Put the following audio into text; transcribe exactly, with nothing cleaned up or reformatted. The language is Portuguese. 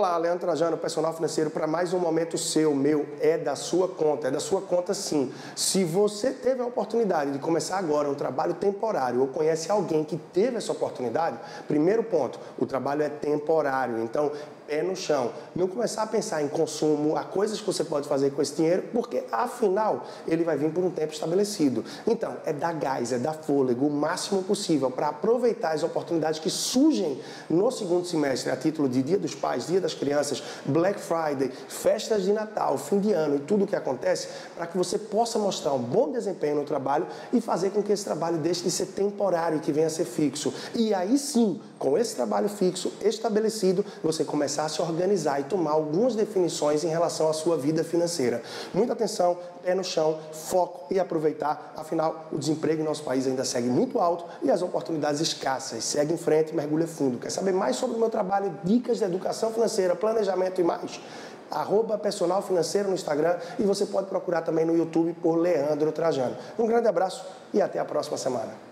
Olá, Leandro Trajano, personal financeiro, para mais um momento seu, meu, é da sua conta, é da sua conta sim. Se você teve a oportunidade de começar agora um trabalho temporário ou conhece alguém que teve essa oportunidade, primeiro ponto, o trabalho é temporário, então pé no chão. Não começar a pensar em consumo, a coisas que você pode fazer com esse dinheiro, porque afinal ele vai vir por um tempo estabelecido. Então, é dar gás, é dar fôlego o máximo possível para aproveitar as oportunidades que surgem no segundo semestre, a título de Dia dos Pais, Dia das Crianças, Black Friday, festas de Natal, fim de ano e tudo o que acontece, para que você possa mostrar um bom desempenho no trabalho e fazer com que esse trabalho deixe de ser temporário e que venha a ser fixo. E aí sim, com esse trabalho fixo, estabelecido, você começar a se organizar e tomar algumas definições em relação à sua vida financeira. Muita atenção, pé no chão, foco e aproveitar. Afinal, o desemprego em nosso país ainda segue muito alto e as oportunidades escassas. Segue em frente e mergulha fundo. Quer saber mais sobre o meu trabalho, dicas de educação financeira, planejamento e mais? Arroba Personal Financeiro no Instagram e você pode procurar também no YouTube por Leandro Trajano. Um grande abraço e até a próxima semana.